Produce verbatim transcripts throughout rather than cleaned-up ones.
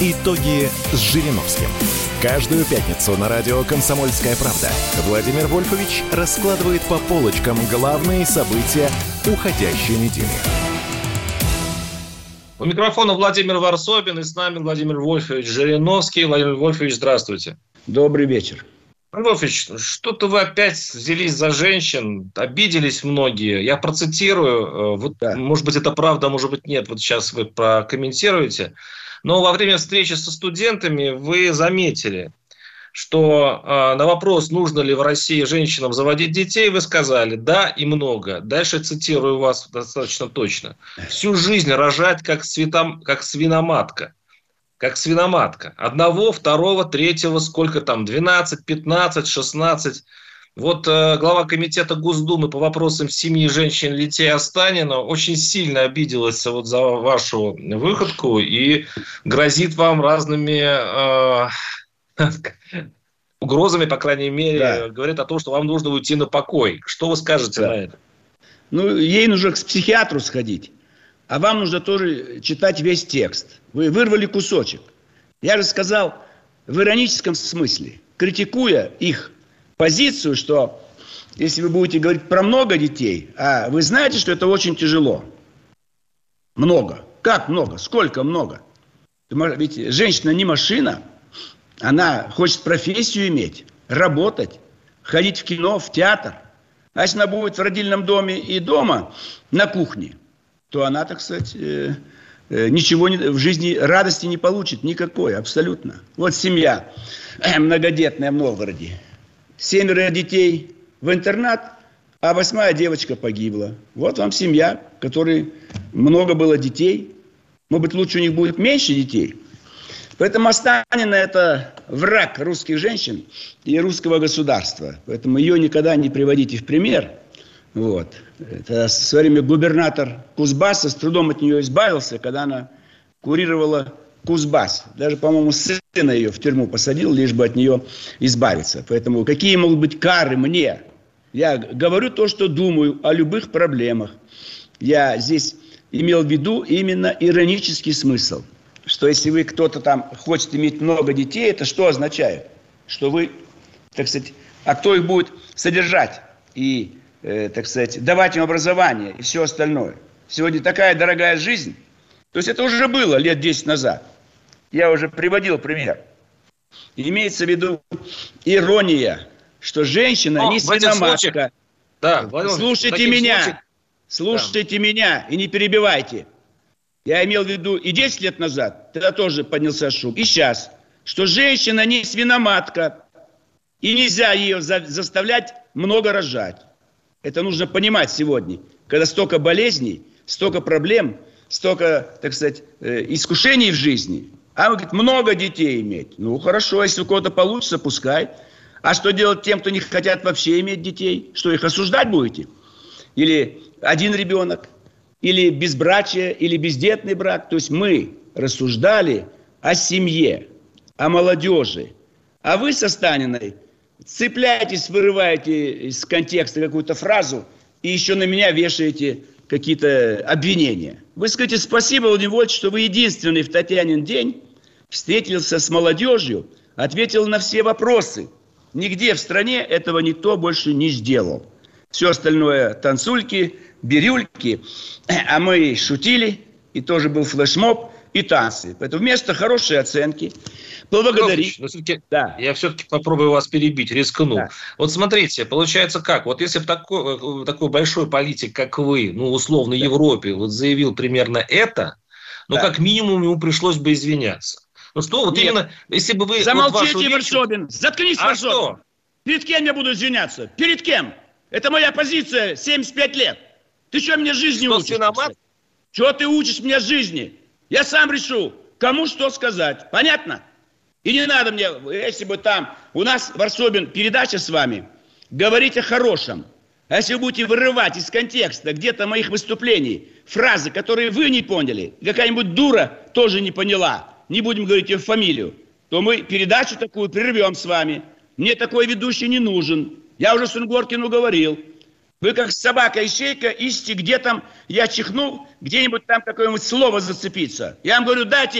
Итоги с Жириновским. Каждую пятницу на радио «Комсомольская правда» Владимир Вольфович раскладывает по полочкам главные события уходящей недели. У микрофона Владимир Варсобин, и с нами Владимир Вольфович Жириновский. Владимир Вольфович, здравствуйте. Добрый вечер. Владимир Вольфович, что-то вы опять взялись за женщин, обиделись многие. Я процитирую, вот, да. Может быть, это правда, может быть, нет. Вот сейчас вы прокомментируете. Но во время встречи со студентами вы заметили, что э, на вопрос, нужно ли в России женщинам заводить детей, вы сказали «да» и много. Дальше цитирую вас достаточно точно. «Всю жизнь рожать, как, святом, как свиноматка». Как свиноматка. Одного, второго, третьего, сколько там, двенадцать, пятнадцать, шестнадцать. Вот э, глава комитета Госдумы по вопросам семьи, женщин, детей Останина очень сильно обиделась вот за вашу выходку и грозит вам разными э, угрозами, по крайней мере, да. Говорит о том, что вам нужно уйти на покой. Что вы скажете да. на это? Ну, ей нужно к психиатру сходить, а вам нужно тоже читать весь текст. Вы вырвали кусочек. Я же сказал в ироническом смысле, критикуя их позицию, что если вы будете говорить про много детей, а вы знаете, что это очень тяжело. Много. Как много? Сколько много? Ведь женщина не машина. Она хочет профессию иметь, работать, ходить в кино, в театр. А если она будет в родильном доме и дома, на кухне, то она, так сказать, э, э, ничего не, в жизни радости не получит. Никакой, абсолютно. Вот семья э, многодетная в Новгороде. Семеро детей в интернат, а восьмая девочка погибла. Вот вам семья, в которой много было детей. Может быть, лучше у них будет меньше детей. Поэтому Останина – это враг русских женщин и русского государства. Поэтому ее никогда не приводите в пример. Вот. Это в свое время губернатор Кузбасса с трудом от нее избавился, когда она курировала Кузбасс. Даже, по-моему, сына ее в тюрьму посадил, лишь бы от нее избавиться. Поэтому какие могут быть кары мне? Я говорю то, что думаю о любых проблемах. Я здесь имел в виду именно иронический смысл. Что если вы кто-то там хочет иметь много детей, это что означает? Что вы, так сказать, а кто их будет содержать и, э, так сказать, давать им образование и все остальное? Сегодня такая дорогая жизнь. То есть это уже было лет десять назад. Я уже приводил пример. И имеется в виду ирония, что женщина О, не свиноматка. Да, слушайте меня, случаях... слушайте да. меня и не перебивайте. Я имел в виду и десять лет назад, тогда тоже поднялся шум, и сейчас, что женщина не свиноматка, и нельзя ее за- заставлять много рожать. Это нужно понимать сегодня, когда столько болезней, столько проблем, столько, так сказать, э, искушений в жизни. А он говорит, много детей иметь. Ну, хорошо, если у кого-то получится, пускай. А что делать тем, кто не хотят вообще иметь детей? Что, их осуждать будете? Или один ребенок? Или безбрачие, или бездетный брак. То есть мы рассуждали о семье, о молодежи. А вы со Останиной цепляетесь, вырываете из контекста какую-то фразу и еще на меня вешаете какие-то обвинения. Вы скажите спасибо, Владимир Вольфович, что вы единственный в Татьянин день встретился с молодежью, ответил на все вопросы. Нигде в стране этого никто больше не сделал. Все остальное танцульки, бирюльки, а мы шутили, и тоже был флешмоб, и танцы. Поэтому вместо хорошей оценки поблагодарить. Все-таки, да. Я все-таки попробую вас перебить, рискну. Да. Вот смотрите, получается как? Вот если бы такой, такой большой политик, как вы, ну, условно, да. Европе, вот заявил примерно это, ну, да. как минимум ему пришлось бы извиняться. Ну, что, вот Нет. именно, если бы вы... Замолчите, вот Варсобин, речь... заткнись, а Варсобин. Что? Перед кем я буду извиняться? Перед кем? Это моя позиция семьдесят пять лет. Ты что мне жизни что, учишь? Свиномат? Чего ты учишь мне жизни? Я сам решу, кому что сказать. Понятно? И не надо мне, если бы там... У нас, Варсобин, передача с вами. Говорить о хорошем. А если вы будете вырывать из контекста где-то моих выступлений фразы, которые вы не поняли, какая-нибудь дура тоже не поняла, не будем говорить ее фамилию, то мы передачу такую прервем с вами. Мне такой ведущий не нужен. Я уже Сунгоркину говорил. Вы как собака-ищейка ищете, где там я чихнул, где-нибудь там какое-нибудь слово зацепиться. Я вам говорю, дайте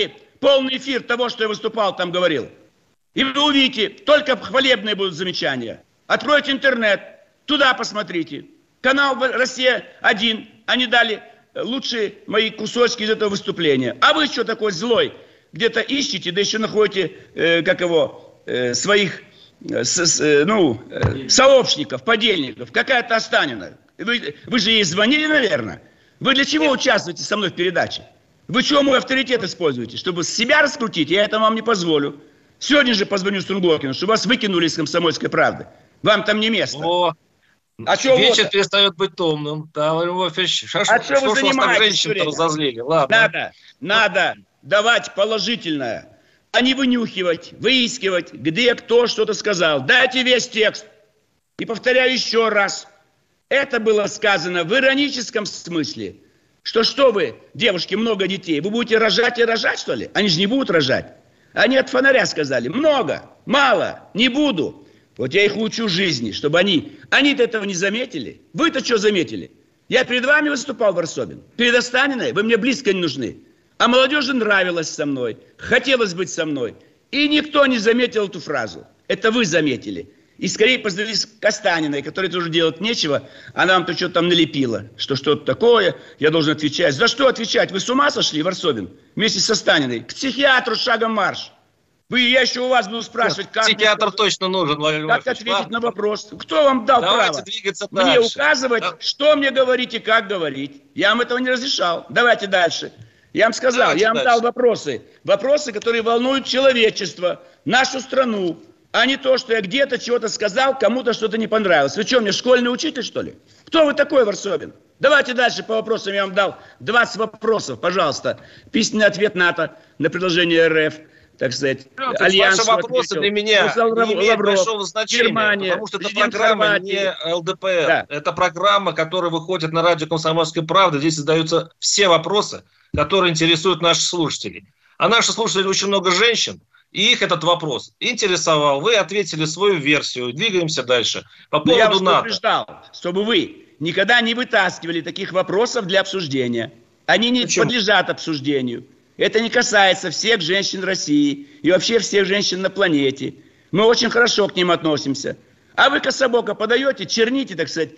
полный эфир того, что я выступал, там говорил. И вы увидите, только хвалебные будут замечания. Откройте интернет, туда посмотрите. Канал «Россия один», они дали лучшие мои кусочки из этого выступления. А вы что такой злой? Где-то ищете, да еще находите, э, как его, э, своих, э, с, э, ну, э, сообщников, подельников. Какая-то Останина. Вы, вы же ей звонили, наверное. Вы для чего участвуете со мной в передаче? Вы чего мой авторитет используете? Чтобы себя раскрутить? Я это вам не позволю. Сегодня же позвоню Струнгоркину, чтобы вас выкинули из «Комсомольской правды». Вам там не место. О, а что вечер вот? Перестает быть томным. Да, Владимир Вольфович, а что вы занимаетесь? Женщин разозлили. Ладно. Надо, надо давать положительное, а не вынюхивать, выискивать, где кто что-то сказал. Дайте весь текст. И повторяю еще раз. Это было сказано в ироническом смысле. Что что вы, девушки, много детей, вы будете рожать и рожать, что ли? Они же не будут рожать. Они от фонаря сказали, много, мало, не буду. Вот я их учу жизни, чтобы они... Они-то этого не заметили. Вы-то что заметили? Я перед вами выступал, Варсобин. Перед Останиной вы мне близко не нужны. А молодежи нравилось со мной. Хотелось быть со мной. И никто не заметил эту фразу. Это вы заметили. И скорее позвонились к Останиной, которой тоже делать нечего. Она вам-то что-то там налепила. Что что-то такое, я должен отвечать. За что отвечать? Вы с ума сошли, Варсобин? Вместе с Останиной. К психиатру шагом марш. Вы, я еще у вас буду спрашивать, как... Психиатр мне, точно нужен, Владимир Как ответить ладно. на вопрос? Кто вам дал Давайте право двигаться мне дальше. указывать, да. что мне говорить и как говорить? Я вам этого не разрешал. Давайте дальше. Я вам сказал, Давайте я вам дальше. дал вопросы. Вопросы, которые волнуют человечество, нашу страну, а не то, что я где-то чего-то сказал, кому-то что-то не понравилось. Вы что, мне школьный учитель, что ли? Кто вы такой, Варсобин? Давайте дальше по вопросам. Я вам дал двадцать вопросов, пожалуйста. Письменный ответ НАТО на предложение РФ. Так сказать, ну, альянс. Ваши вопросы для меня Лавров, не имеют большого значения, Германия, потому что эта программа Хорватии. не ЛДПР. Да. Это программа, которая выходит на радио «Комсомольская правда». Здесь задаются все вопросы, которые интересуют наших слушателей. А наши слушатели очень много женщин, и их этот вопрос интересовал. Вы ответили свою версию. Двигаемся дальше. По поводу Я вас НАТО. предупреждал, чтобы вы никогда не вытаскивали таких вопросов для обсуждения. Они не Почему? подлежат обсуждению. Это не касается всех женщин России и вообще всех женщин на планете. Мы очень хорошо к ним относимся. А вы кособоко подаете, черните, так сказать,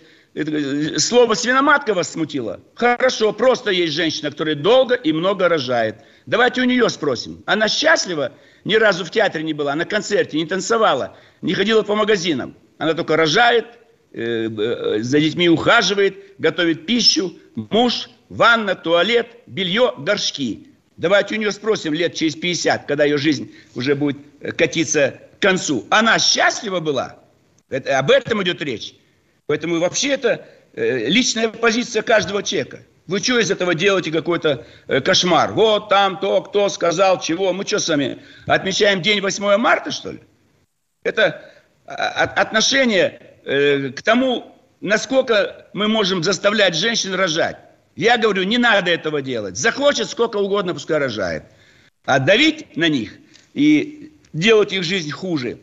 слово «свиноматка» вас смутило. Хорошо, просто есть женщина, которая долго и много рожает. Давайте у нее спросим. Она счастлива? Ни разу в театре не была, на концерте, не танцевала, не ходила по магазинам. Она только рожает, э, э, за детьми ухаживает, готовит пищу, муж, ванна, туалет, белье, горшки. Давайте у нее спросим лет через пятьдесят, когда ее жизнь уже будет катиться к концу. Она счастлива была? Это, об этом идет речь. Поэтому вообще это э, личная позиция каждого человека. Вы что из этого делаете какой-то э, кошмар? Вот там то, кто сказал, чего. Мы что с вами отмечаем день восьмое марта, что ли? Это а, отношение э, к тому, насколько мы можем заставлять женщин рожать. Я говорю, не надо этого делать. Захочет сколько угодно, пускай рожает. А давить на них и делать их жизнь хуже,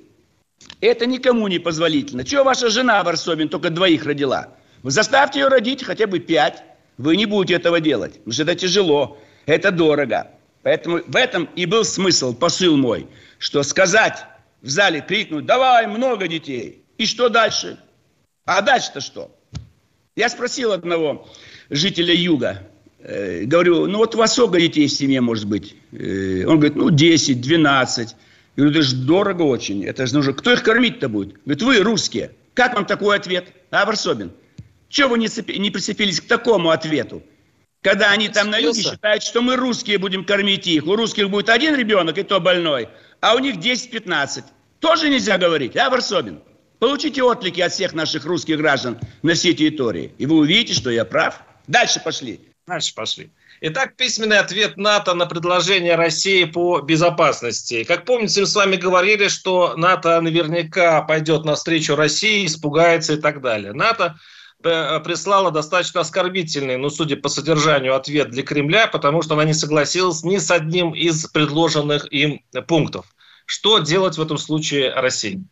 это никому не позволительно. Чего ваша жена, Варсобин, только двоих родила? Вы заставьте ее родить хотя бы пять. Вы не будете этого делать. Потому что это тяжело, это дорого. Поэтому в этом и был смысл, посыл мой. Что сказать в зале, крикнуть, давай, много детей. И что дальше? А дальше-то что? Я спросил одного жителя Юга. Э, говорю, ну вот у вас сколько детей в семье может быть? Э, он говорит, ну десять, двенадцать. Я говорю, это же дорого очень. Это же нужно. Кто их кормить-то будет? Говорит, вы русские. Как вам такой ответ? А, Варсобин? Чего вы не, цепи, не прицепились к такому ответу? Когда они там на юге считают, что мы русские будем кормить их. У русских будет один ребенок, и то больной. А у них десять-пятнадцать. Тоже нельзя говорить, а, Варсобин? Получите отклики от всех наших русских граждан на всей территории. И вы увидите, что я прав. Дальше пошли. Дальше пошли. Итак, письменный ответ НАТО на предложение России по безопасности. Как помните, мы с вами говорили, что НАТО наверняка пойдет навстречу России, испугается и так далее. НАТО прислала достаточно оскорбительный, ну, судя по содержанию, ответ для Кремля, потому что она не согласилась ни с одним из предложенных им пунктов. Что делать в этом случае России?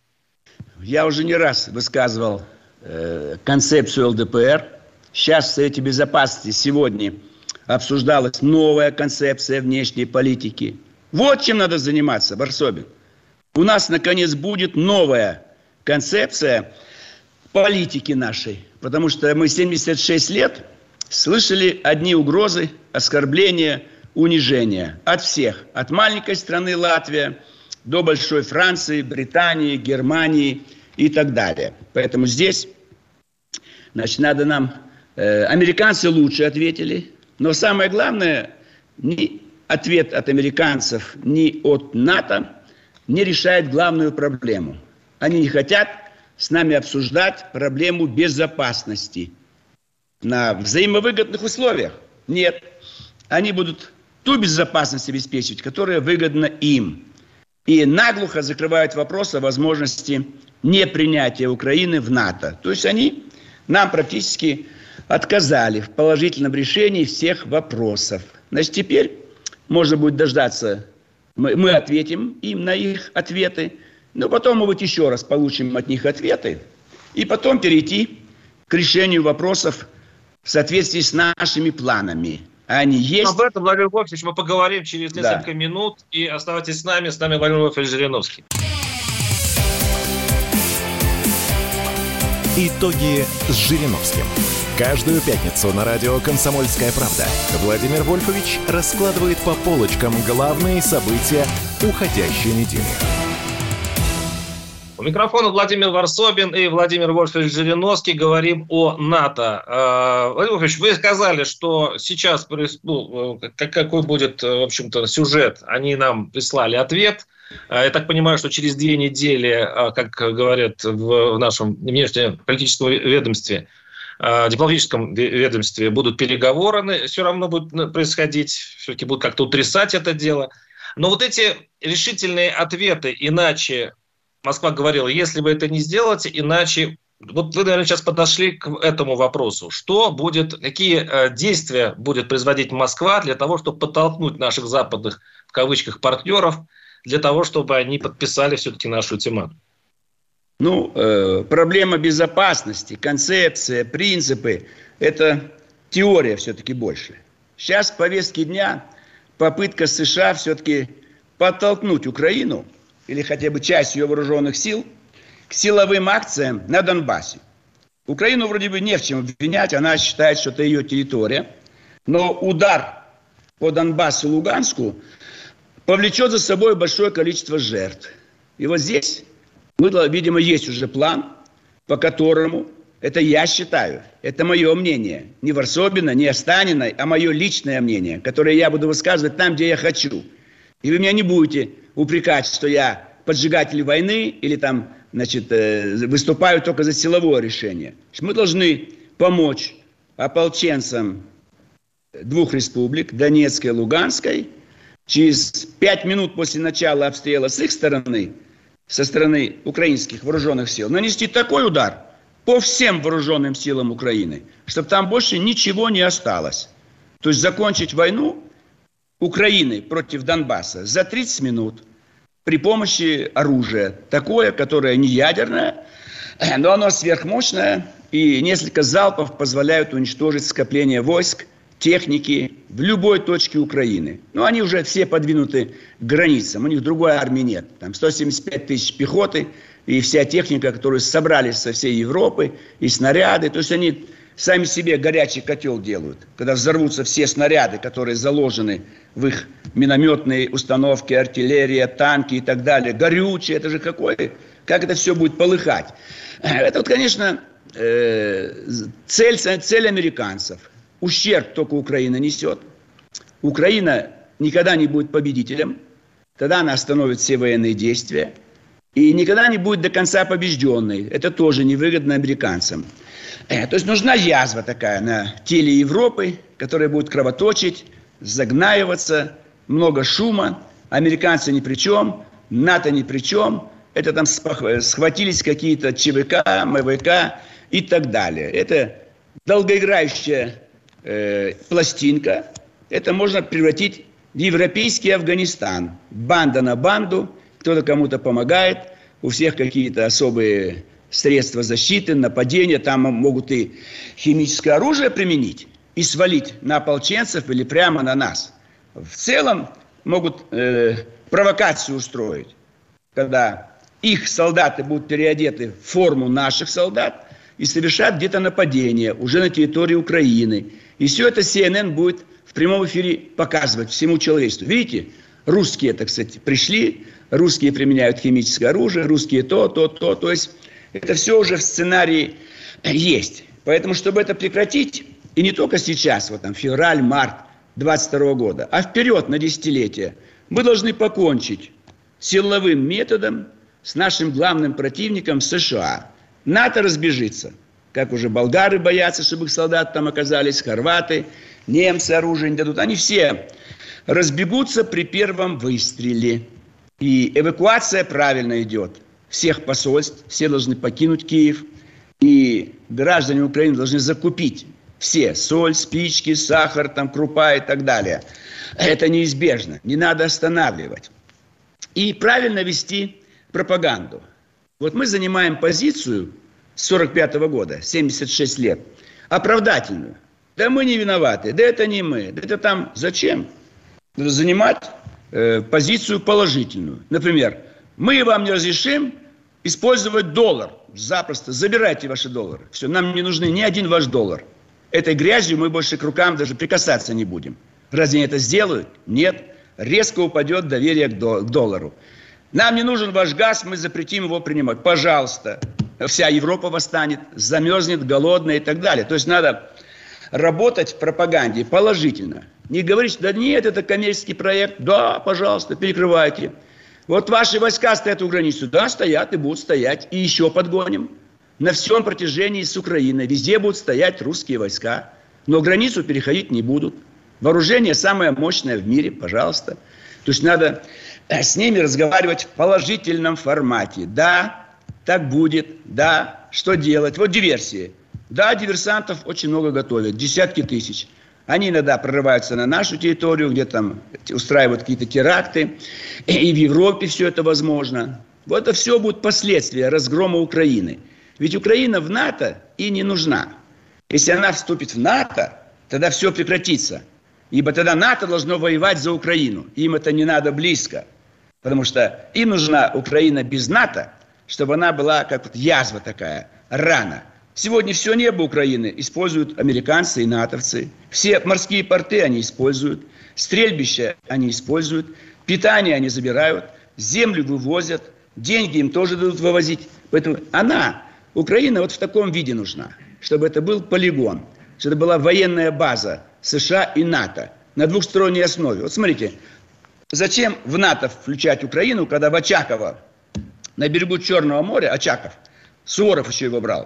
Я уже не раз высказывал э, концепцию ЛДПР. Сейчас в Совете Безопасности сегодня обсуждалась новая концепция внешней политики. Вот чем надо заниматься, Варсобин. У нас, наконец, будет новая концепция политики нашей. Потому что мы семьдесят шесть лет слышали одни угрозы, оскорбления, унижения. От всех. От маленькой страны Латвия до большой Франции, Британии, Германии и так далее. Поэтому здесь, значит, надо нам... Э, американцы лучше ответили. Но самое главное, ни ответ от американцев, ни от НАТО не решает главную проблему. Они не хотят с нами обсуждать проблему безопасности на взаимовыгодных условиях. Нет. Они будут ту безопасность обеспечивать, которая выгодна им. И наглухо закрывают вопрос о возможности непринятия Украины в НАТО. То есть они нам практически отказали в положительном решении всех вопросов. Значит, теперь можно будет дождаться, мы, мы ответим им на их ответы, но потом, мы вот еще раз получим от них ответы, и потом перейти к решению вопросов в соответствии с нашими планами. Они есть. Об этом, Владимир Вольфович, мы поговорим через несколько да. минут. И оставайтесь с нами. С нами Владимир Вольфович Жириновский. Итоги с Жириновским. Каждую пятницу на радио «Комсомольская правда» Владимир Вольфович раскладывает по полочкам главные события уходящей недели. У микрофона Владимир Варсобин и Владимир Вольфович Жириновский. Говорим о НАТО. Владимир Вольфович, вы сказали, что сейчас, ну, какой будет, в общем-то, сюжет. Они нам прислали ответ. Я так понимаю, что через две недели, как говорят в нашем внешнеполитическом ведомстве, дипломатическом ведомстве, будут переговоры. Все равно будет происходить. Все-таки будут как-то утрясать это дело. Но вот эти решительные ответы, иначе... Москва говорила, если вы это не сделаете, иначе... Вот вы, наверное, сейчас подошли к этому вопросу. Что будет, какие э, действия будет производить Москва для того, чтобы подтолкнуть наших западных, в кавычках, партнеров, для того, чтобы они подписали все-таки нашу ультиматум? Ну, э, проблема безопасности, концепция, принципы – это теория все-таки больше. Сейчас в повестке дня попытка США все-таки подтолкнуть Украину или хотя бы часть ее вооруженных сил, к силовым акциям на Донбассе. Украину вроде бы не в чем обвинять, она считает, что это ее территория, но удар по Донбассу и Луганску повлечет за собой большое количество жертв. И вот здесь, видимо, есть уже план, по которому, это я считаю, это мое мнение, не Варсобина, не Останина, а мое личное мнение, которое я буду высказывать там, где я хочу. И вы меня не будете упрекать, что я поджигатель войны или там, значит, выступаю только за силовое решение. Мы должны помочь ополченцам двух республик, Донецкой и Луганской, через пять минут после начала обстрела с их стороны, со стороны украинских вооруженных сил, нанести такой удар по всем вооруженным силам Украины, чтобы там больше ничего не осталось. То есть закончить войну Украины против Донбасса за тридцать минут при помощи оружия. Такое, которое не ядерное, но оно сверхмощное. И несколько залпов позволяют уничтожить скопление войск, техники в любой точке Украины. Но они уже все подвинуты к границам. У них другой армии нет. Там сто семьдесят пять тысяч пехоты и вся техника, которую собрали со всей Европы, и снаряды. То есть они... сами себе горячий котел делают, когда взорвутся все снаряды, которые заложены в их минометные установки, артиллерия, танки и так далее. Горючее, это же какое, как это все будет полыхать. Это вот, конечно, цель, цель американцев. Ущерб только Украина несет. Украина никогда не будет победителем, тогда она остановит все военные действия. И никогда не будет до конца побежденной. Это тоже невыгодно американцам. То есть нужна язва такая на теле Европы, которая будет кровоточить, загнаиваться, много шума. Американцы ни при чем, НАТО ни при чем. Это там схватились какие-то ЧВК, МВК и так далее. Это долгоиграющая э, пластинка. Это можно превратить в европейский Афганистан. Банда на банду, кто-то кому-то помогает, у всех какие-то особые средства защиты, нападения, там могут и химическое оружие применить и свалить на ополченцев или прямо на нас. В целом могут э, провокацию устроить, когда их солдаты будут переодеты в форму наших солдат и совершат где-то нападение уже на территории Украины. И все это Си Эн Эн будет в прямом эфире показывать всему человечеству. Видите, русские, так сказать, пришли, русские применяют химическое оружие, русские то, то, то. То есть это все уже в сценарии есть. Поэтому, чтобы это прекратить, и не только сейчас, вот там февраль, март двадцать второго года, а вперед на десятилетие, мы должны покончить силовым методом с нашим главным противником США. НАТО разбежится, как уже болгары боятся, чтобы их солдаты там оказались, хорваты, немцы оружие не дадут. Они все разбегутся при первом выстреле. И эвакуация правильно идет. Всех посольств, все должны покинуть Киев. И граждане Украины должны закупить все соль, спички, сахар, там, крупа и так далее. Это неизбежно, не надо останавливать. И правильно вести пропаганду. Вот мы занимаем позицию с сорок пятого года, семьдесят шесть лет, оправдательную. Да мы не виноваты, да это не мы, да это там зачем? Надо занимать э, позицию положительную. Например, мы вам не разрешим использовать доллар. Запросто забирайте ваши доллары. Все, нам не нужны ни один ваш доллар. Этой грязью мы больше к рукам даже прикасаться не будем. Разве они это сделают? Нет. Резко упадет доверие к доллару. Нам не нужен ваш газ, мы запретим его принимать. Пожалуйста. Вся Европа восстанет, замерзнет, голодная и так далее. То есть надо работать в пропаганде положительно. Не говорить, да нет, это коммерческий проект. Да, пожалуйста, перекрывайте. Вот ваши войска стоят у границы. Да, стоят и будут стоять. И еще подгоним. На всем протяжении с Украины. Везде будут стоять русские войска. Но границу переходить не будут. Вооружение самое мощное в мире, пожалуйста. То есть надо с ними разговаривать в положительном формате. Да, так будет. Да, что делать? Вот диверсии. Да, диверсантов очень много готовят. Десятки тысяч. Они иногда прорываются на нашу территорию, где там устраивают какие-то теракты. И в Европе все это возможно. Вот это все будут последствия разгрома Украины. Ведь Украина в НАТО и не нужна. Если она вступит в НАТО, тогда все прекратится. Ибо тогда НАТО должно воевать за Украину. Им это не надо близко. Потому что им нужна Украина без НАТО, чтобы она была как вот язва такая, рана. Сегодня все небо Украины используют американцы и натовцы. Все морские порты они используют. Стрельбища они используют. Питание они забирают. Землю вывозят. Деньги им тоже дадут вывозить. Поэтому она, Украина, вот в таком виде нужна. Чтобы это был полигон. Чтобы это была военная база США и НАТО. На двухсторонней основе. Вот смотрите. Зачем в НАТО включать Украину, когда в Очаково, на берегу Черного моря, Очаков, Суворов еще его брал,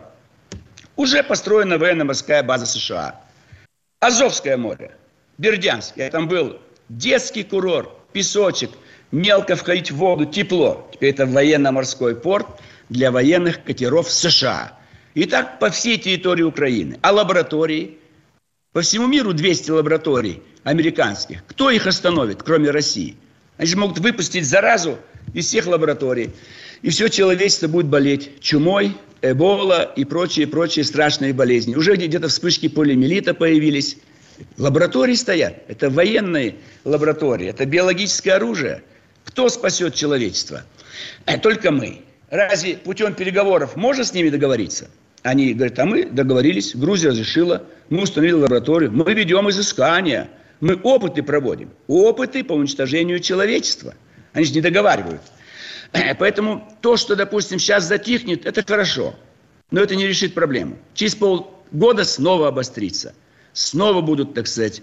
уже построена военно-морская база США. Азовское море, Бердянск, я там был, детский курорт, песочек, мелко входить в воду, тепло. Теперь это военно-морской порт для военных катеров США. И так по всей территории Украины. А лаборатории? По всему миру двести лабораторий американских. Кто их остановит, кроме России? Они же могут выпустить заразу из всех лабораторий. И все человечество будет болеть чумой, эбола и прочие-прочие страшные болезни. Уже где-то вспышки полиомиелита появились. Лаборатории стоят. Это военные лаборатории. Это биологическое оружие. Кто спасет человечество? Только мы. Разве путем переговоров можно с ними договориться? Они говорят, а мы договорились, Грузия разрешила, мы установили лабораторию, мы ведем изыскания, мы опыты проводим. Опыты по уничтожению человечества. Они же не договаривают. Поэтому то, что, допустим, сейчас затихнет, это хорошо. Но это не решит проблему. Через полгода снова обострится. Снова будут, так сказать,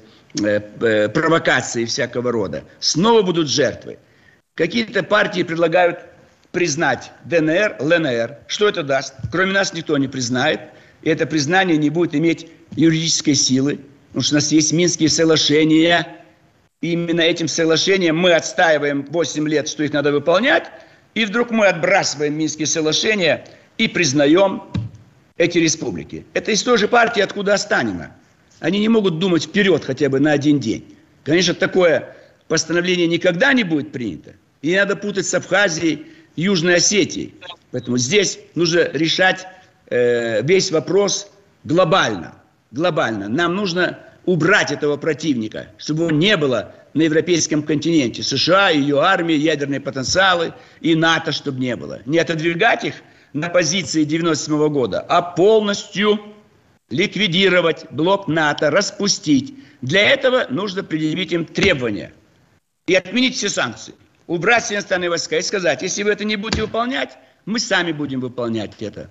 провокации всякого рода. Снова будут жертвы. Какие-то партии предлагают признать ДНР, ЛНР. Что это даст? Кроме нас никто не признает. И это признание не будет иметь юридической силы. Потому что у нас есть Минские соглашения. И именно этим соглашением мы отстаиваем восемь лет, что их надо выполнять. И вдруг мы отбрасываем Минские соглашения и признаем эти республики. Это из той же партии, откуда Останина. Они не могут думать вперед хотя бы на один день. Конечно, такое постановление никогда не будет принято. И не надо путать с Абхазией, Южной Осетией. Поэтому здесь нужно решать э, весь вопрос глобально. Глобально. Нам нужно убрать этого противника, чтобы его не было на европейском континенте. США, ее армии, ядерные потенциалы и НАТО, чтобы не было. Не отодвигать их на позиции девяносто седьмого года, а полностью ликвидировать блок НАТО, распустить. Для этого нужно предъявить им требования и отменить все санкции. Убрать все иностранные войска и сказать, если вы это не будете выполнять, мы сами будем выполнять это.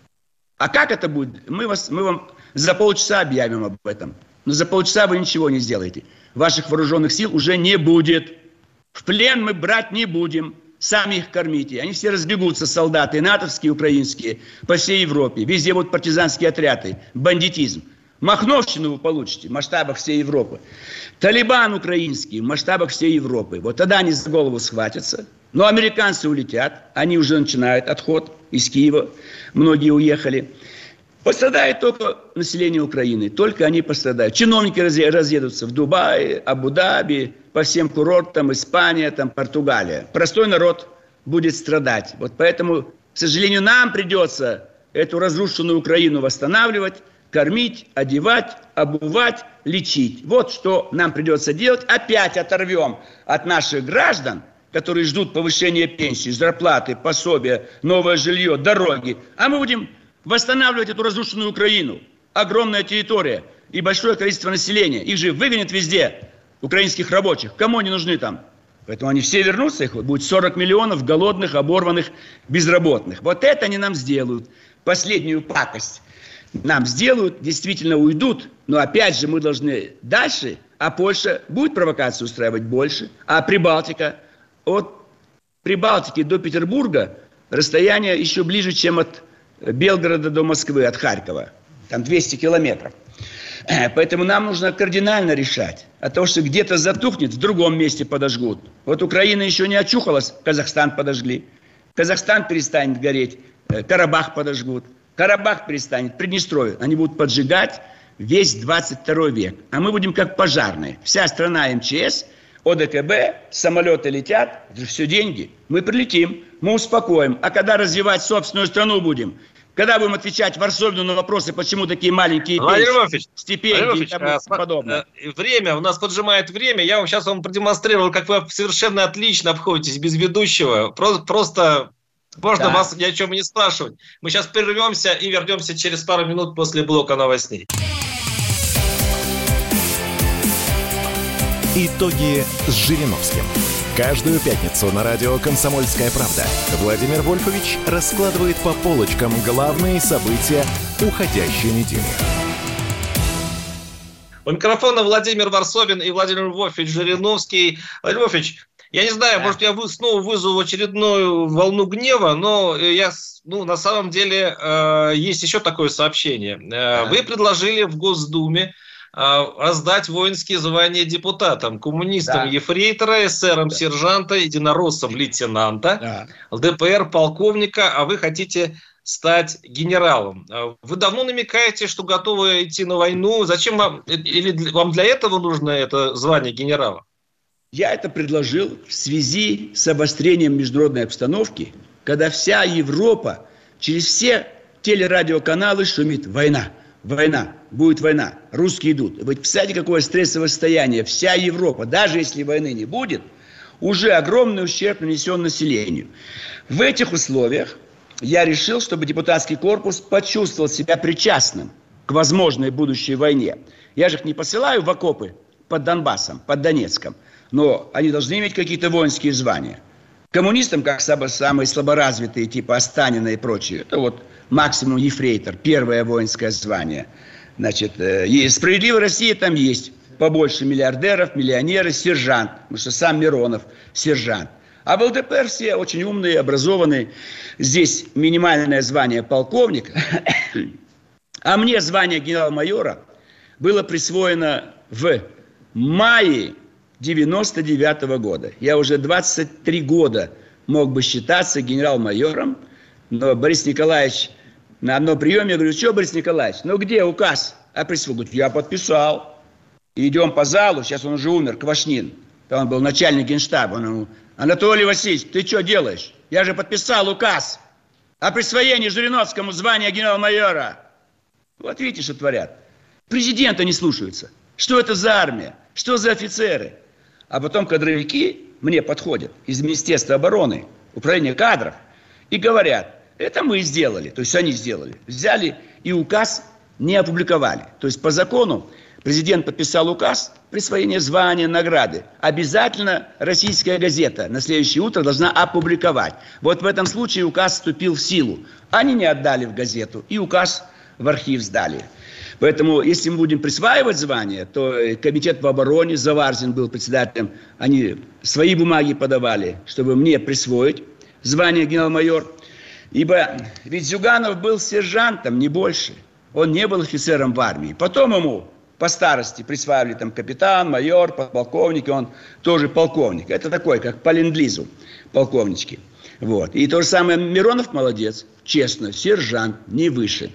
А как это будет? Мы, вас, мы вам за полчаса объявим об этом. Но за полчаса вы ничего не сделаете. Ваших вооруженных сил уже не будет. В плен мы брать не будем. Сами их кормите. Они все разбегутся, солдаты, натовские, украинские, по всей Европе. Везде будут партизанские отряды, бандитизм. Махновщину вы получите в масштабах всей Европы. Талибан украинский в масштабах всей Европы. Вот тогда они за голову схватятся. Но американцы улетят. Они уже начинают отход из Киева. Многие уехали. Пострадает только население Украины. Только они пострадают. Чиновники разъедутся в Дубае, Абу-Даби, по всем курортам, Испания, там, Португалия. Простой народ будет страдать. Вот поэтому, к сожалению, нам придется эту разрушенную Украину восстанавливать, кормить, одевать, обувать, лечить. Вот что нам придется делать. Опять оторвем от наших граждан, которые ждут повышения пенсий, зарплаты, пособия, новое жилье, дороги. А мы будем восстанавливать эту разрушенную Украину. Огромная территория и большое количество населения. Их же выгонят везде, украинских рабочих. Кому они нужны там? Поэтому они все вернутся, их будет сорок миллионов голодных, оборванных, безработных. Вот это они нам сделают. Последнюю пакость нам сделают, действительно уйдут. Но опять же мы должны дальше, а Польша будет провокацию устраивать больше. А Прибалтика, от Прибалтики до Петербурга расстояние еще ближе, чем от Белгорода до Москвы, от Харькова. Там двести километров. Поэтому нам нужно кардинально решать. А то, что где-то затухнет, в другом месте подожгут. Вот Украина еще не очухалась, Казахстан подожгли. Казахстан перестанет гореть, Карабах подожгут. Карабах перестанет, Приднестровье. Они будут поджигать весь двадцать второй век. А мы будем как пожарные. Вся страна эм че эс, о дэ ка бэ, самолеты летят, это же все деньги. Мы прилетим, мы успокоим. А когда развивать собственную страну будем? Когда будем отвечать Варсобину на вопросы, почему такие маленькие пенсии, стипендии и тому подобное? Время, у нас поджимает время. Я вам сейчас вам продемонстрировал, как вы совершенно отлично обходитесь без ведущего. Просто, просто можно да. вас ни о чем не спрашивать. Мы сейчас прервемся и вернемся через пару минут после блока новостей. Итоги с Жириновским. Каждую пятницу на радио «Комсомольская правда» Владимир Вольфович раскладывает по полочкам главные события уходящей недели. У микрофона Владимир Варсобин и Владимир Вольфович Жириновский. Владимир Вольфович, я не знаю, может, я снова вызову очередную волну гнева, но я, ну, на самом деле э, есть еще такое сообщение. Э, вы предложили в Госдуме раздать воинские звания депутатам, коммунистам да. ефрейтора, эсерам да. сержанта, единороссам лейтенанта, да. эл дэ пэ эр полковника, а вы хотите стать генералом. Вы давно намекаете, что готовы идти на войну. Зачем вам, или вам для этого нужно это звание генерала? Я это предложил в связи с обострением международной обстановки, когда вся Европа через все телерадиоканалы шумит «война». Война, будет война, русские идут. Вы представляете, какое стрессовое состояние? Вся Европа, даже если войны не будет, уже огромный ущерб нанесен населению. В этих условиях я решил, чтобы депутатский корпус почувствовал себя причастным к возможной будущей войне. Я же их не посылаю в окопы под Донбассом, под Донецком, но они должны иметь какие-то воинские звания. Коммунистам, как самые слаборазвитые, типа Останина и прочие, это вот максимум ефрейтор, первое воинское звание. Значит, э, справедливая Россия там есть. Побольше миллиардеров, миллионеры, сержант. Потому что сам Миронов сержант. А в эл дэ пэ эр все очень умные, образованные. Здесь минимальное звание полковник. А мне звание генерал-майора было присвоено в мае девяносто девятого года. Я уже двадцать три года мог бы считаться генерал-майором. Но Борис Николаевич на одном приеме, я говорю, что, Борис Николаевич, ну где указ о присвоении? Говорит, я подписал. И идем по залу, сейчас он уже умер, Квашнин. Он был начальник генштаба. Он ему, Анатолий Васильевич, ты что делаешь? Я же подписал указ о присвоении Жириновскому звания генерал-майора. Вот видите, что творят. Президента не слушаются. Что это за армия? Что за офицеры? А потом кадровики мне подходят из Министерства обороны, управления кадров, и говорят, это мы сделали, то есть они сделали. Взяли и указ не опубликовали. То есть по закону президент подписал указ, присвоение звания, награды. Обязательно российская газета на следующее утро должна опубликовать. Вот в этом случае указ вступил в силу. Они не отдали в газету, и указ в архив сдали. Поэтому, если мы будем присваивать звание, то комитет по обороне, Заварзин был председателем, они свои бумаги подавали, чтобы мне присвоить звание генерал-майор. Ибо ведь Зюганов был сержантом, не больше. Он не был офицером в армии. Потом ему по старости присваивали там капитан, майор, подполковник, и он тоже полковник. Это такой, как по ленд-лизу, полковнички. Вот. И то же самое Миронов молодец, честно, сержант, не выше.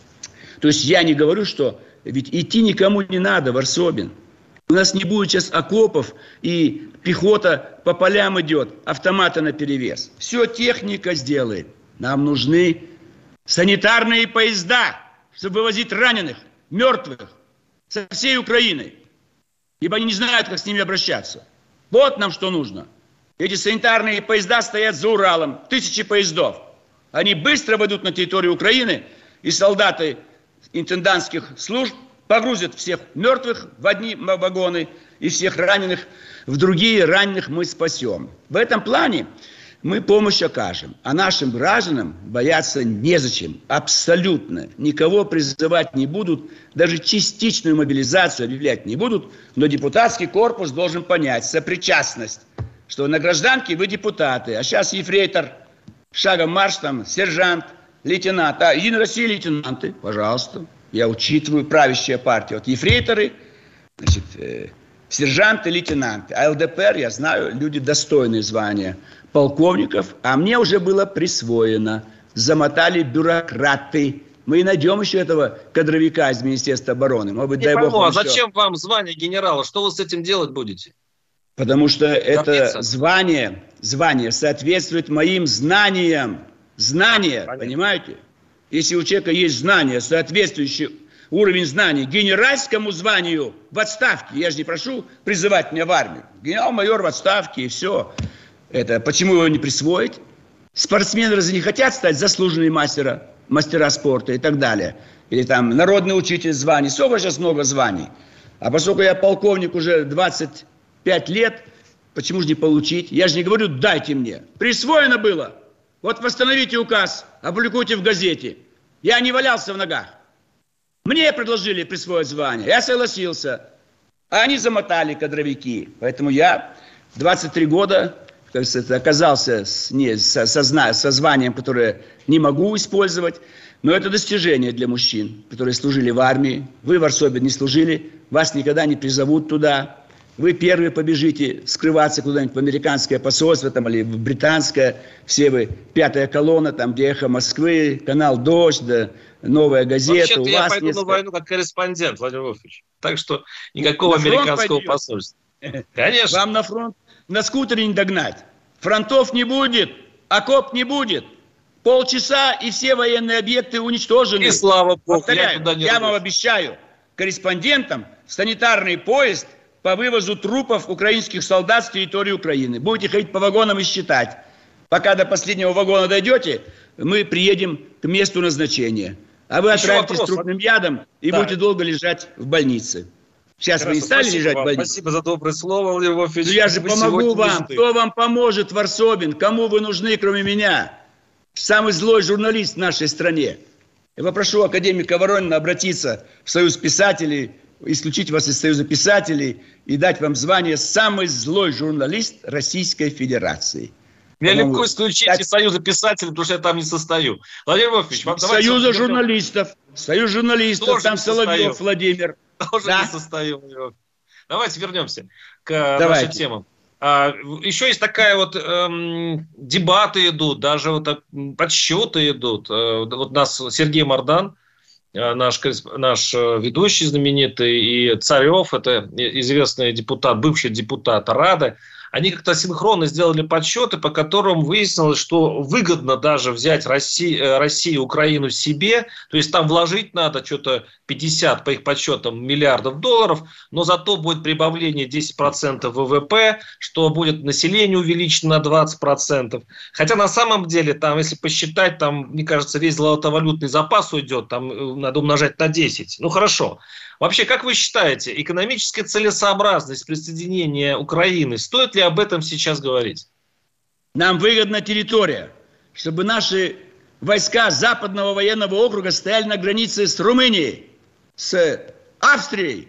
То есть я не говорю, что ведь идти никому не надо, Варсобин. У нас не будет сейчас окопов, и пехота по полям идет, автоматы наперевес. Все техника сделает. Нам нужны санитарные поезда, чтобы вывозить раненых, мертвых со всей Украины. Ибо они не знают, как с ними обращаться. Вот нам что нужно. Эти санитарные поезда стоят за Уралом, тысячи поездов. Они быстро войдут на территорию Украины, и солдаты интендантских служб погрузят всех мертвых в одни вагоны и всех раненых в другие. Раненых мы спасем. В этом плане мы помощь окажем. А нашим гражданам бояться незачем. Абсолютно. Никого призывать не будут. Даже частичную мобилизацию объявлять не будут. Но депутатский корпус должен понять сопричастность. Что на гражданке вы депутаты. А сейчас ефрейтор, шагом марш там, сержант, лейтенант. А Единая Россия лейтенанты, пожалуйста. Я учитываю, правящая партия. Вот ефрейторы, значит, э, сержанты, лейтенанты. А ЛДПР, я знаю, люди достойные звания полковников. А мне уже было присвоено. Замотали бюрократы. Мы и найдем еще этого кадровика из Министерства обороны. Может быть, Не дай пойму, бог. а еще... зачем вам звание генерала? Что вы с этим делать будете? Потому что это Добиться. звание, звание соответствует моим знаниям. Знания, Понятно. Понимаете? Если у человека есть знания, соответствующий уровень знаний генеральскому званию в отставке, я же не прошу призывать меня в армию. Генерал-майор в отставке и все. Это почему его не присвоить? Спортсмены разве не хотят стать заслуженными мастера, мастера спорта и так далее? Или там народный учитель званий. Сколько сейчас много званий. А поскольку я полковник уже двадцать пять лет, почему же не получить? Я же не говорю, дайте мне. Присвоено было. Вот восстановите указ, опубликуйте в газете. Я не валялся в ногах. Мне предложили присвоить звание. Я согласился. А они замотали, кадровики. Поэтому я двадцать три года как сказать, оказался с, не, со, со, со званием, которое не могу использовать. Но это достижение для мужчин, которые служили в армии. Вы, Варсобин, не служили. Вас никогда не призовут туда. Вы первые побежите скрываться куда-нибудь в американское посольство там, или в британское. Все вы пятая колонна, там, где «Эхо Москвы», канал «Дождь», да, «Новая газета». Вообще-то у я вас пойду несколько... на войну как корреспондент, Владимир Вольфович. Так что никакого американского пойдете. Посольства. Конечно. Вам на фронт на скутере не догнать. Фронтов не будет, окоп не будет. Полчаса, и все военные объекты уничтожены. И слава богу. Повторяю, я, я вам обещаю корреспондентам санитарный поезд по вывозу трупов украинских солдат с территории Украины. Будете ходить по вагонам и считать. Пока до последнего вагона дойдете, мы приедем к месту назначения. А вы отравитесь трупным ядом и да. будете долго лежать в больнице. Сейчас Хорошо, вы не стали лежать вам. в больнице? Спасибо за доброе слово, Владимир Вольфович. Ну, я же помогу вам. Кто вам поможет, Варсобин? Кому вы нужны, кроме меня? Самый злой журналист в нашей стране. Я попрошу академика Воронина обратиться в Союз писателей, исключить вас из Союза писателей и дать вам звание «Самый злой журналист Российской Федерации». Меня легко исключить из Союза писателей, потому что я там не состою. Владимир Вольфович, вам Союза давайте... журналистов. Союз журналистов, тоже там Соловьев Владимир. Тоже да? не состою. Давайте вернемся к Давайте. нашим темам. А, еще есть такая вот эм, дебаты идут, даже вот подсчеты идут. Вот нас Сергей Мардан, наш, наш ведущий знаменитый, и Царев, это известный депутат, бывший депутат Рады, они как-то синхронно сделали подсчеты, по которым выяснилось, что выгодно даже взять Россию, Россию, Украину себе, то есть там вложить надо что-то пятьдесят, по их подсчетам, миллиардов долларов, но зато будет прибавление десять процентов ВВП, что будет население увеличено на двадцать процентов. Хотя на самом деле, там, если посчитать, там, мне кажется, весь золотовалютный запас уйдет, там надо умножать на десять. Ну хорошо. Вообще, как вы считаете, экономическая целесообразность присоединения Украины, стоит ли об этом сейчас говорить? Нам выгодна территория, чтобы наши войска Западного военного округа стояли на границе с Румынией, с Австрией,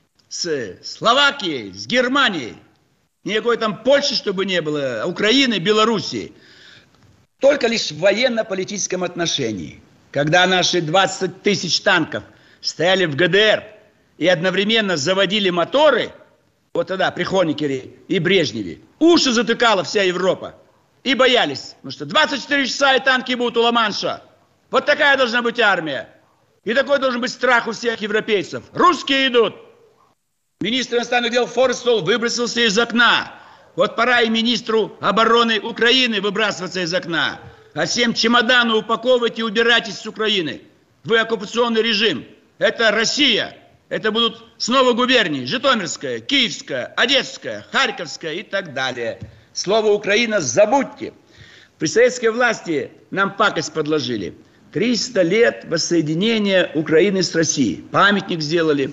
с Словакией, с Германией. Никакой там Польши, чтобы не было, Украины, Белоруссии. Только лишь в военно-политическом отношении. Когда наши двадцать тысяч танков стояли в ГДР и одновременно заводили моторы, вот тогда при Хонекере и Брежневе, уши затыкала вся Европа. И боялись, потому что двадцать четыре часа и танки будут у Ла-Манша. Вот такая должна быть армия. И такой должен быть страх у всех европейцев. Русские идут. Министр иностранных дел Форстол выбросился из окна. Вот пора и министру обороны Украины выбрасываться из окна. А всем чемоданы упаковывать и убирайтесь с Украины. Вы оккупационный режим. Это Россия. Это будут снова губернии. Житомирская, Киевская, Одесская, Харьковская и так далее. Слово «Украина» забудьте. При советской власти нам пакость подложили. триста лет воссоединения Украины с Россией. Памятник сделали.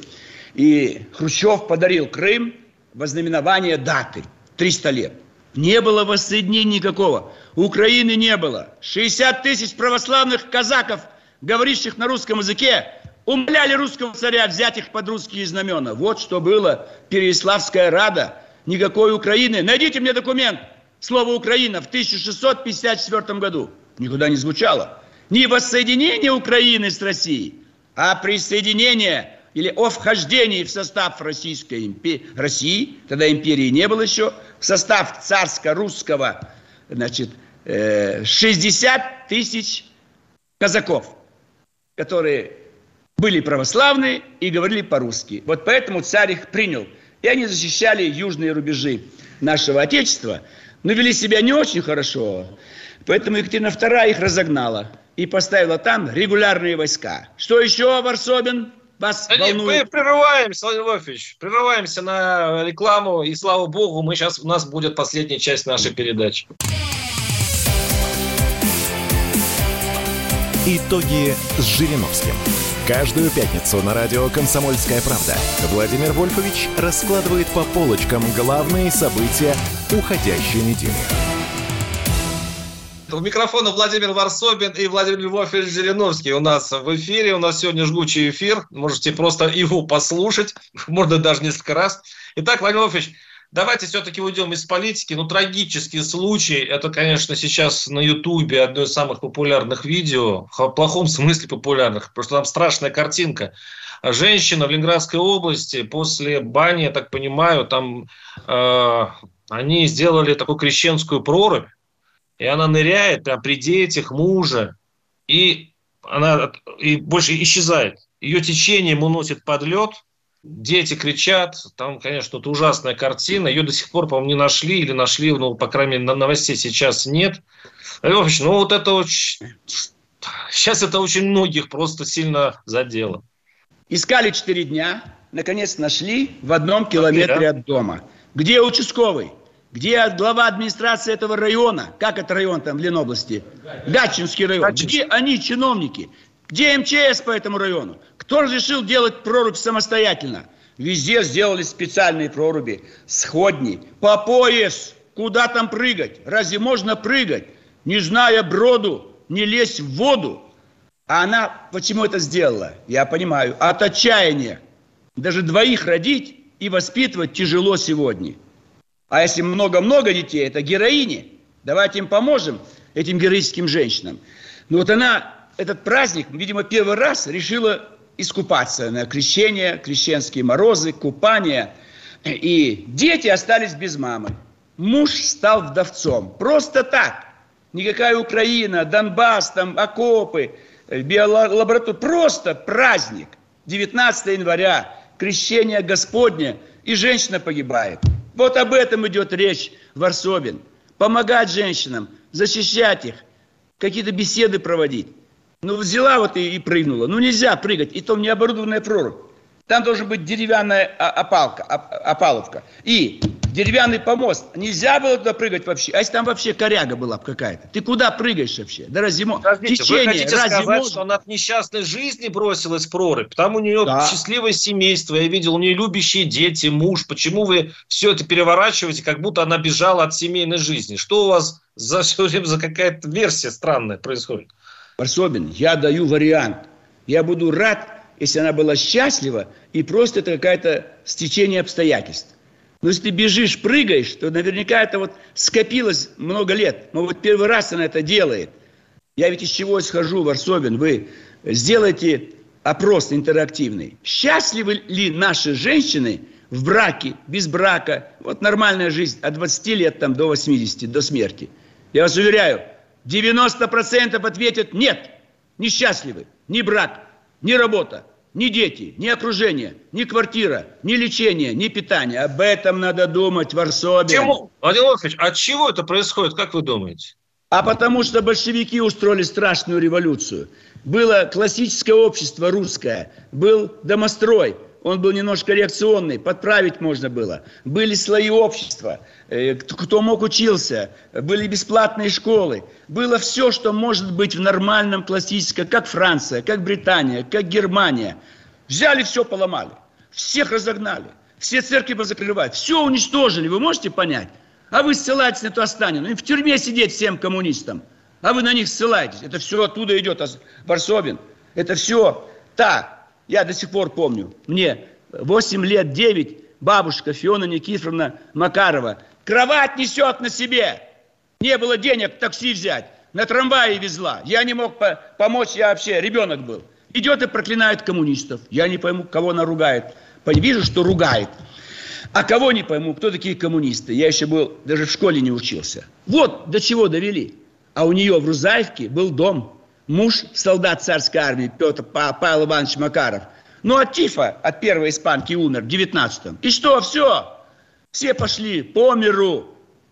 И Хрущев подарил Крым во знаменование даты. триста лет. Не было воссоединения никакого. Украины не было. шестьдесят тысяч православных казаков, говорящих на русском языке, умоляли русского царя взять их под русские знамена. Вот что было Переяславская Рада. Никакой Украины. Найдите мне документ. Слово «Украина» в тысяча шестьсот пятьдесят четвёртом году. Никуда не звучало. Не воссоединение Украины с Россией, а присоединение или о вхождении в состав Российской империи, России, тогда империи не было еще, в состав царско-русского, значит, шестьдесят тысяч казаков, которые были православные и говорили по-русски. Вот поэтому царь их принял. И они защищали южные рубежи нашего Отечества, но вели себя не очень хорошо. Поэтому Екатерина вторая их разогнала и поставила там регулярные войска. Что еще, Варсобин, вас да волнует? Мы прерываемся, Владимир Вольфович, прерываемся на рекламу, и слава богу, мы сейчас, у нас будет последняя часть нашей передачи. Итоги с Жириновским. Каждую пятницу на радио «Комсомольская правда» Владимир Вольфович раскладывает по полочкам главные события уходящей недели. У микрофона Владимир Варсобин и Владимир Львович Жириновский у нас в эфире. У нас сегодня жгучий эфир. Можете просто его послушать. Можно даже несколько раз. Итак, Владимир Львович, давайте все-таки уйдем из политики. Ну, трагический случай. Это, конечно, сейчас на Ютубе одно из самых популярных видео. В плохом смысле популярных. Потому что там страшная картинка. Женщина в Ленинградской области после бани, я так понимаю, там э, они сделали такую крещенскую прорубь. И она ныряет прям при детях мужа. И она и больше исчезает. Ее течением уносит под лед. Дети кричат, там, конечно, это ужасная картина, ее до сих пор, по-моему, не нашли, или нашли, ну, по крайней мере, на новостей сейчас нет. Ну, вот это очень... Сейчас это очень многих просто сильно задело. Искали четыре дня, наконец нашли в одном километре от дома. Где участковый? Где глава администрации этого района? Как это район там в Ленобласти? Гатчинский район. Гатчинский. Где они, чиновники? Где эм че эс по этому району? Кто разрешил делать прорубь самостоятельно? Везде сделали специальные проруби, сходни, по пояс. Куда там прыгать? Разве можно прыгать, не зная броду, не лезть в воду? А она почему это сделала? Я понимаю, от отчаяния. Даже двоих родить и воспитывать тяжело сегодня. А если много-много детей, это героини. Давайте им поможем, этим героическим женщинам. Но вот она... Этот праздник, видимо, первый раз решила искупаться на крещение, крещенские морозы, купание. И дети остались без мамы. Муж стал вдовцом. Просто так. Никакая Украина, Донбасс, там окопы, биолаборатория. Просто праздник. девятнадцатого января, крещение Господне, и женщина погибает. Вот об этом идет речь, Варсобин. Помогать женщинам, защищать их, какие-то беседы проводить. Ну, взяла вот и, и прыгнула. Ну, нельзя прыгать, и то необорудованная прорубь. Там должна быть деревянная опалка, опаловка. И деревянный помост. Нельзя было туда прыгать вообще. А если там вообще коряга была бы какая-то? Ты куда прыгаешь вообще? Да разве можно? Течение, вы хотите сказать, можно? Что она от несчастной жизни бросилась в прорубь? Там у нее да. счастливое семейство. Я видел, у нее любящие дети, муж. Почему вы все это переворачиваете, как будто она бежала от семейной жизни? Что у вас за, за какая-то версия странная происходит? Варсобин, я даю вариант. Я буду рад, если она была счастлива, и просто это какое-то стечение обстоятельств. Но если ты бежишь, прыгаешь, то наверняка это вот скопилось много лет. Но вот первый раз она это делает. Я ведь из чего исхожу, Варсобин? Вы сделайте опрос интерактивный. Счастливы ли наши женщины в браке, без брака? Вот нормальная жизнь от двадцати лет там, до восьмидесяти, до смерти. Я вас уверяю, девяносто процентов ответят нет, несчастливы, ни брак, ни работа, ни дети, ни окружение, ни квартира, ни лечение, ни питание. Об этом надо думать, Варсобин. Почему? Владимир Владимирович, от чего это происходит, как вы думаете? А потому что большевики устроили страшную революцию. Было классическое общество русское, был домострой. Он был немножко реакционный, подправить можно было. Были слои общества, кто мог учился, были бесплатные школы. Было все, что может быть в нормальном классическом, как Франция, как Британия, как Германия. Взяли все, поломали, всех разогнали, все церкви позакрывали, все уничтожили, вы можете понять? А вы ссылаетесь на эту Останину, им в тюрьме сидеть всем коммунистам, а вы на них ссылаетесь. Это все оттуда идет, Варсобин, это все так. Я до сих пор помню, мне восемь лет, девять, бабушка Фиона Никифоровна Макарова кровать несет на себе. Не было денег такси взять, на трамвае везла. Я не мог по- помочь, я вообще ребенок был. Идет и проклинает коммунистов. Я не пойму, кого она ругает. Вижу, что ругает. А кого не пойму, кто такие коммунисты. Я еще был, даже в школе не учился. Вот до чего довели. А у нее в Рузаевке был дом. Муж, солдат царской армии, Петр Павел Иванович Макаров. Ну, от тифа, от первой испанки умер в девятнадцатом. И что, все? Все пошли по миру.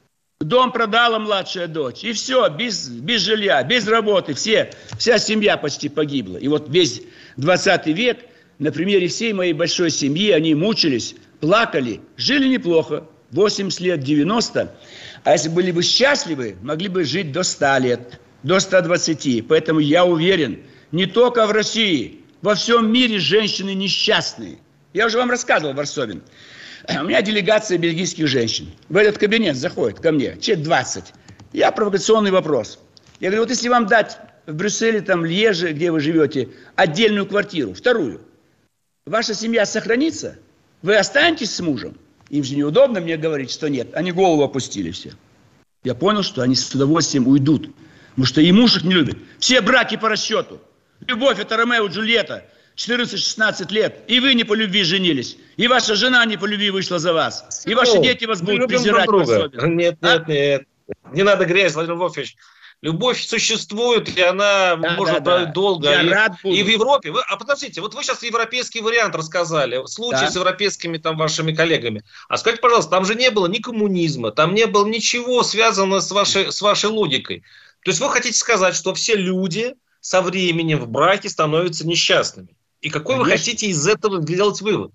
Дом продала младшая дочь. И все, без, без жилья, без работы. Все, вся семья почти погибла. И вот весь двадцатый век, на примере всей моей большой семьи, они мучились, плакали, жили неплохо. восемьдесят лет, девяносто. А если были бы счастливы, могли бы жить до ста лет. До ста двадцати. Поэтому я уверен, не только в России, во всем мире женщины несчастные. Я уже вам рассказывал, Варсобин. У меня делегация бельгийских женщин. В этот кабинет заходит ко мне, человек двадцать. Я провокационный вопрос. Я говорю, вот если вам дать в Брюсселе, там, Льеже, где вы живете, отдельную квартиру, вторую, ваша семья сохранится? Вы останетесь с мужем? Им же неудобно мне говорить, что нет. Они голову опустили все. Я понял, что они с удовольствием уйдут. Потому что и муж их не любит. Все браки по расчету. Любовь – это Ромео и Джульетта. четырнадцать-шестнадцать лет. И вы не по любви женились. И ваша жена не по любви вышла за вас. И ваши дети вас будут презирать. Нет, нет, нет. Не надо грязь, Владимир Вольфович. Любовь существует, и она да, может да, да. долго. Я и, рад буду. И в Европе. Вы, а подождите, вот вы сейчас европейский вариант рассказали, случай да. с европейскими там вашими коллегами. А скажите, пожалуйста, там же не было ни коммунизма, там не было ничего связанного с вашей, с вашей логикой. То есть вы хотите сказать, что все люди со временем в браке становятся несчастными. И какой Конечно. Вы хотите из этого сделать вывод?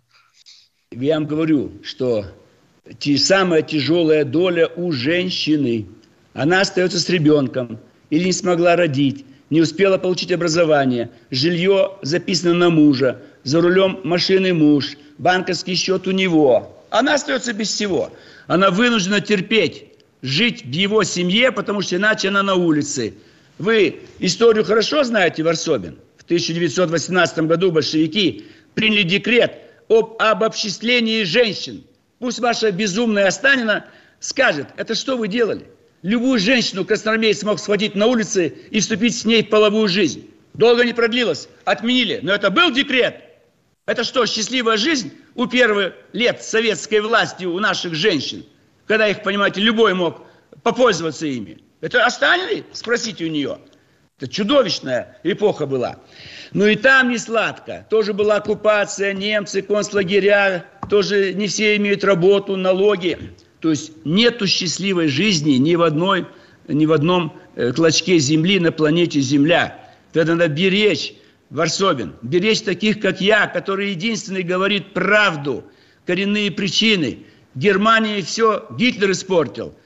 Я вам говорю, что самая тяжелая доля у женщины. Она остается с ребенком, или не смогла родить, не успела получить образование, жилье записано на мужа, за рулем машины муж, банковский счет у него. Она остается без всего. Она вынуждена терпеть, жить в его семье, потому что иначе она на улице. Вы историю хорошо знаете, Варсобин? В тысяча девятьсот восемнадцатом году большевики приняли декрет об обобществлении женщин. Пусть ваша безумная Останина скажет, это что вы делали? Любую женщину красноармеец мог схватить на улице и вступить с ней в половую жизнь. Долго не продлилось, отменили. Но это был декрет. Это что, счастливая жизнь у первых лет советской власти у наших женщин? Когда их, понимаете, любой мог попользоваться ими. Это Останиной? Спросите у нее. Это чудовищная эпоха была. Ну и там не сладко. Тоже была оккупация, немцы, концлагеря. Тоже не все имеют работу, налоги. То есть нету счастливой жизни ни в одной, ни в одном э, клочке земли на планете Земля. Это надо беречь, Варсобин. Беречь таких, как я, который единственный говорит правду, коренные причины. В Германии все Гитлер испортил.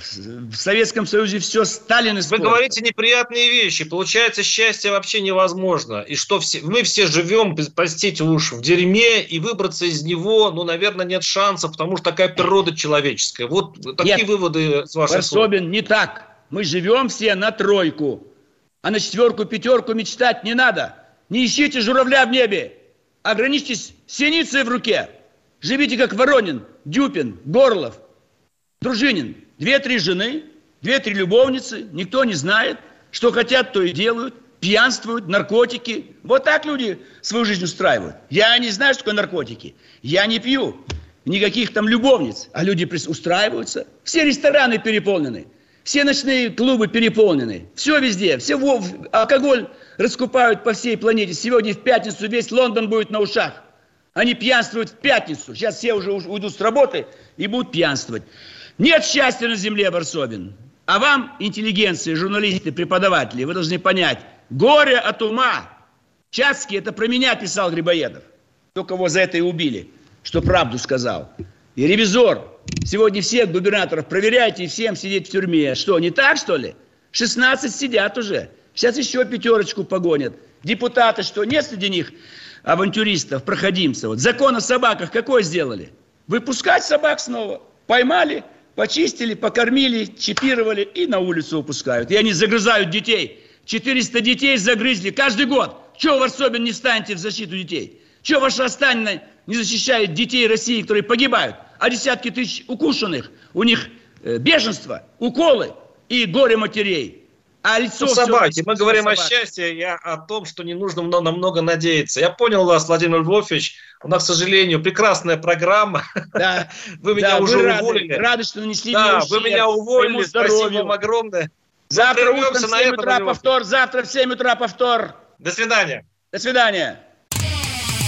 В Советском Союзе все Сталин испортил. Вы говорите неприятные вещи. Получается, счастье вообще невозможно. И что все, мы все живем, простите уж, в дерьме, и выбраться из него, ну, наверное, нет шансов, потому что такая природа человеческая. Вот такие нет, выводы с вашей стороны. Варсобин, не так. Мы живем все на тройку. А на четверку, пятерку мечтать не надо. Не ищите журавля в небе. Ограничьтесь синицей в руке. Живите как Воронин, Дюпин, Горлов, Дружинин. Две-три жены, две-три любовницы, никто не знает, что хотят, то и делают, пьянствуют, наркотики. Вот так люди свою жизнь устраивают. Я не знаю, что такое наркотики. Я не пью никаких там любовниц, а люди устраиваются. Все рестораны переполнены, все ночные клубы переполнены, все везде, все алкоголь раскупают по всей планете. Сегодня в пятницу весь Лондон будет на ушах. Они пьянствуют в пятницу. Сейчас все уже уйдут с работы и будут пьянствовать. Нет счастья на земле, Варсобин. А вам, интеллигенция, журналисты, преподаватели, вы должны понять, горе от ума. Чацкий, это про меня писал Грибоедов. Только его за это и убили, что правду сказал. И ревизор. Сегодня всех губернаторов проверяйте и всем сидеть в тюрьме. Что, не так, что ли? шестнадцать сидят уже. Сейчас еще пятерочку погонят. Депутаты, что, нет среди них авантюристов, проходимцев? Вот закон о собаках какой сделали? Выпускать собак снова. Поймали, почистили, покормили, чипировали и на улицу выпускают. И они загрызают детей. четыреста детей загрызли каждый год. Чего, Варсобин, не встанете в защиту детей? Чего ваша Останина не защищает детей России, которые погибают? А десятки тысяч укушенных, у них э, беженство, уколы и горе матерей. А лицо ну, собаки. Все, мы все говорим собаки. О счастье, я о том, что не нужно много, на много надеяться. Я понял вас, Владимир Львович. У нас, к сожалению, прекрасная программа. Да, вы меня да, уже вы уволили. Рады, рады, что нанесли да, мне ущерб. Вы меня уволили. Спасибо вам огромное. Завтра утром в семь утра повтор. Завтра в семь утра повтор. До свидания. До свидания.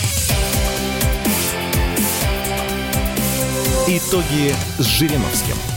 Итоги с Жириновским.